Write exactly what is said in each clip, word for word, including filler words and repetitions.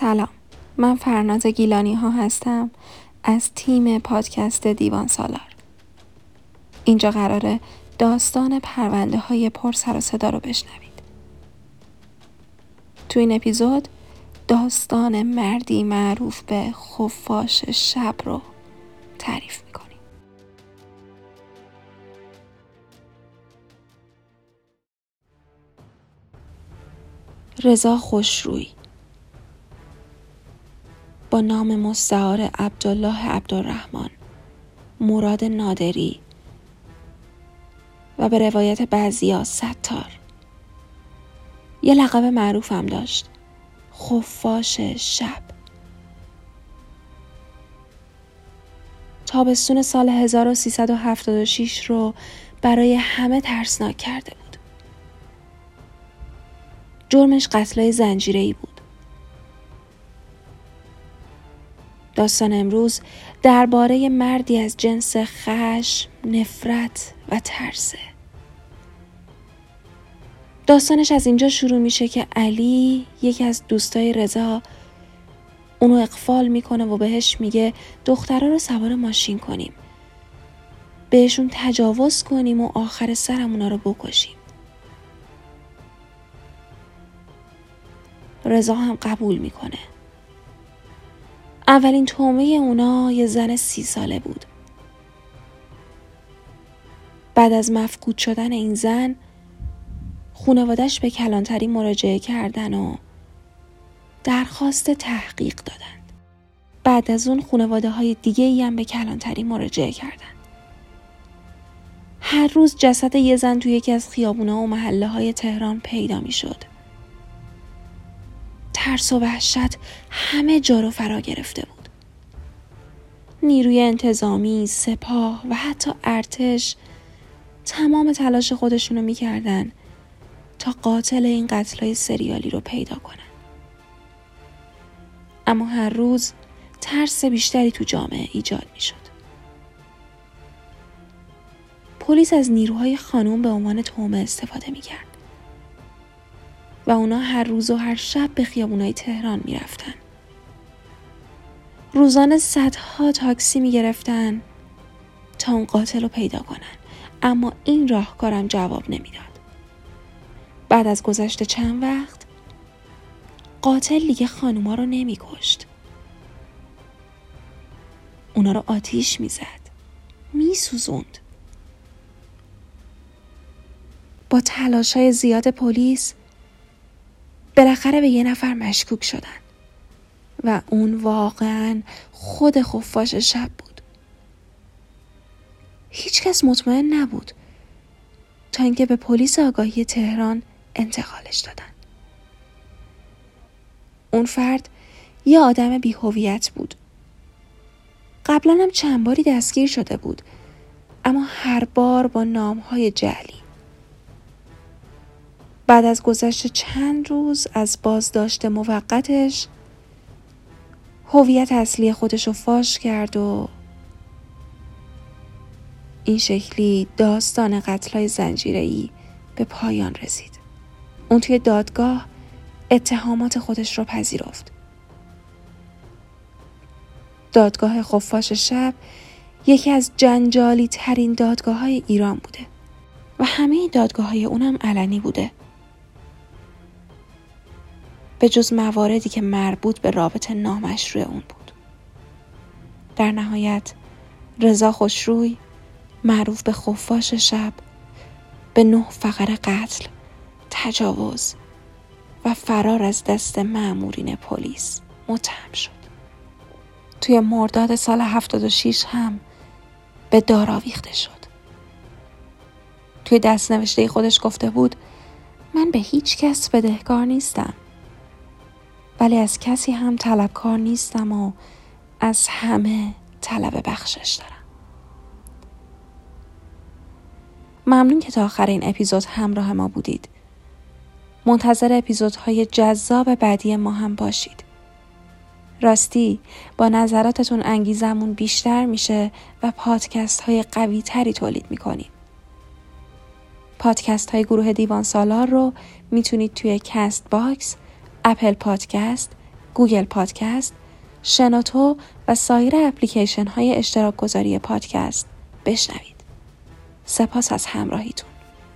سلام، من فرناز گیلانی ها هستم از تیم پادکست دیوان سالار. اینجا قراره داستان پرونده های پر سر و صدا رو بشنوید. تو این اپیزود داستان مردی معروف به خفاش شب رو تعریف میکنیم. رضا خوشروی با نام مستعار عبدالله عبدالرحمن، مراد نادری و به روایت بعضیا ستار، یه لقب معروف هم داشت، خفاش شب. تابستون سال هزار و سیصد و هفتاد و شش رو برای همه ترسناک کرده بود. جرمش قتلای زنجیره‌ای بود. داستان امروز درباره مردی از جنس خشم، نفرت و ترسه. داستانش از اینجا شروع میشه که علی، یکی از دوستای رضا، اونو اغفال میکنه و بهش میگه دخترها رو سوار ماشین کنیم، بهشون تجاوز کنیم و آخر سرم اونا رو بکشیم. رضا هم قبول میکنه. اولین تومه اونا یه زن سی ساله بود. بعد از مفقود شدن این زن، خانواده‌اش به کلانتری مراجعه کردن و درخواست تحقیق دادن. بعد از اون خانواده های دیگه ای هم به کلانتری مراجعه کردن. هر روز جسد یه زن توی یکی از خیابونا و محله های تهران پیدا می شد. ترس و وحشت همه جا رو فرا گرفته بود. نیروی انتظامی، سپاه و حتی ارتش تمام تلاش خودشونو میکردن تا قاتل این قتلای سریالی رو پیدا کنن. اما هر روز ترس بیشتری تو جامعه ایجاد میشد. پلیس از نیروهای خانوم به عنوان تومه استفاده میکرد و اونا هر روز و هر شب به خیابونای تهران میرفتن. روزانه صدها تاکسی میگرفتن تا اون قاتل رو پیدا کنن، اما این راهکارم جواب نمیداد. بعد از گذشت چند وقت قاتل دیگه خانوما رو نمیکشت. اونا رو آتیش میزد، میسوزوند. با تلاشای زیاد پلیس بالاخره به یه نفر مشکوک شدن و اون واقعاً خود خفاش شب بود. هیچ کس مطمئن نبود تا اینکه به پلیس آگاهی تهران انتقالش دادن. اون فرد یه آدم بی‌هویت بود. قبلا هم چند باری دستگیر شده بود، اما هر بار با نام‌های جعلی. بعد از گذشت چند روز از بازداشت موقتش، هویت اصلی خودش رو فاش کرد و این شکلی داستان قتل‌های زنجیره‌ای به پایان رسید. اون توی دادگاه اتهامات خودش رو پذیرفت. دادگاه خفاش شب یکی از جنجالی ترین دادگاه های ایران بوده و همه دادگاه های اونم علنی بوده، به جز مواردی که مربوط به رابطه نامشروع اون بود. در نهایت رضا خوشروی، معروف به خفاش شب، به نه فقره قتل، تجاوز و فرار از دست مأمورین پلیس متهم شد. توی مرداد سال هفتاد و شش هم به دار آویخته شد. توی دست نوشته خودش گفته بود من به هیچ کس بدهکار نیستم، ولی از کسی هم طلبکار نیستم و از همه طلب بخشش دارم. ممنون که تا آخر این اپیزود همراه ما بودید. منتظر اپیزودهای جذاب بعدی ما هم باشید. راستی با نظراتتون انگیزمون بیشتر میشه و پادکست های قوی تری تولید میکنیم. پادکست های گروه دیوان سالار رو میتونید توی کست باکس، اپل پادکست، گوگل پادکست، شنوتو و سایر اپلیکیشن های اشتراک گذاری پادکست بشنوید. سپاس از همراهیتون.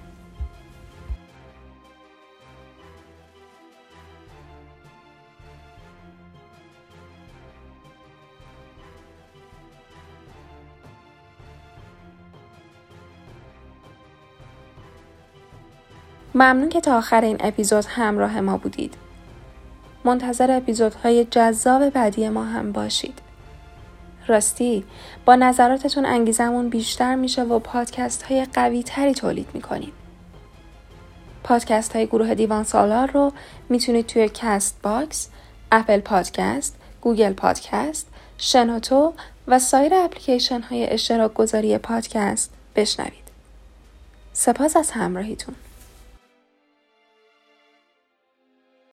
ممنون که تا آخر این اپیزود همراه ما بودید. منتظر اپیزودهای جذاب بعدی ما هم باشید. راستی با نظراتتون انگیزمون بیشتر میشه و پادکست های قوی تری تولید میکنیم. پادکست های گروه دیوان سالار رو میتونید توی کست باکس، اپل پادکست، گوگل پادکست، شنوتو و سایر اپلیکیشن های اشتراک گذاری پادکست بشنوید. سپاس از همراهیتون.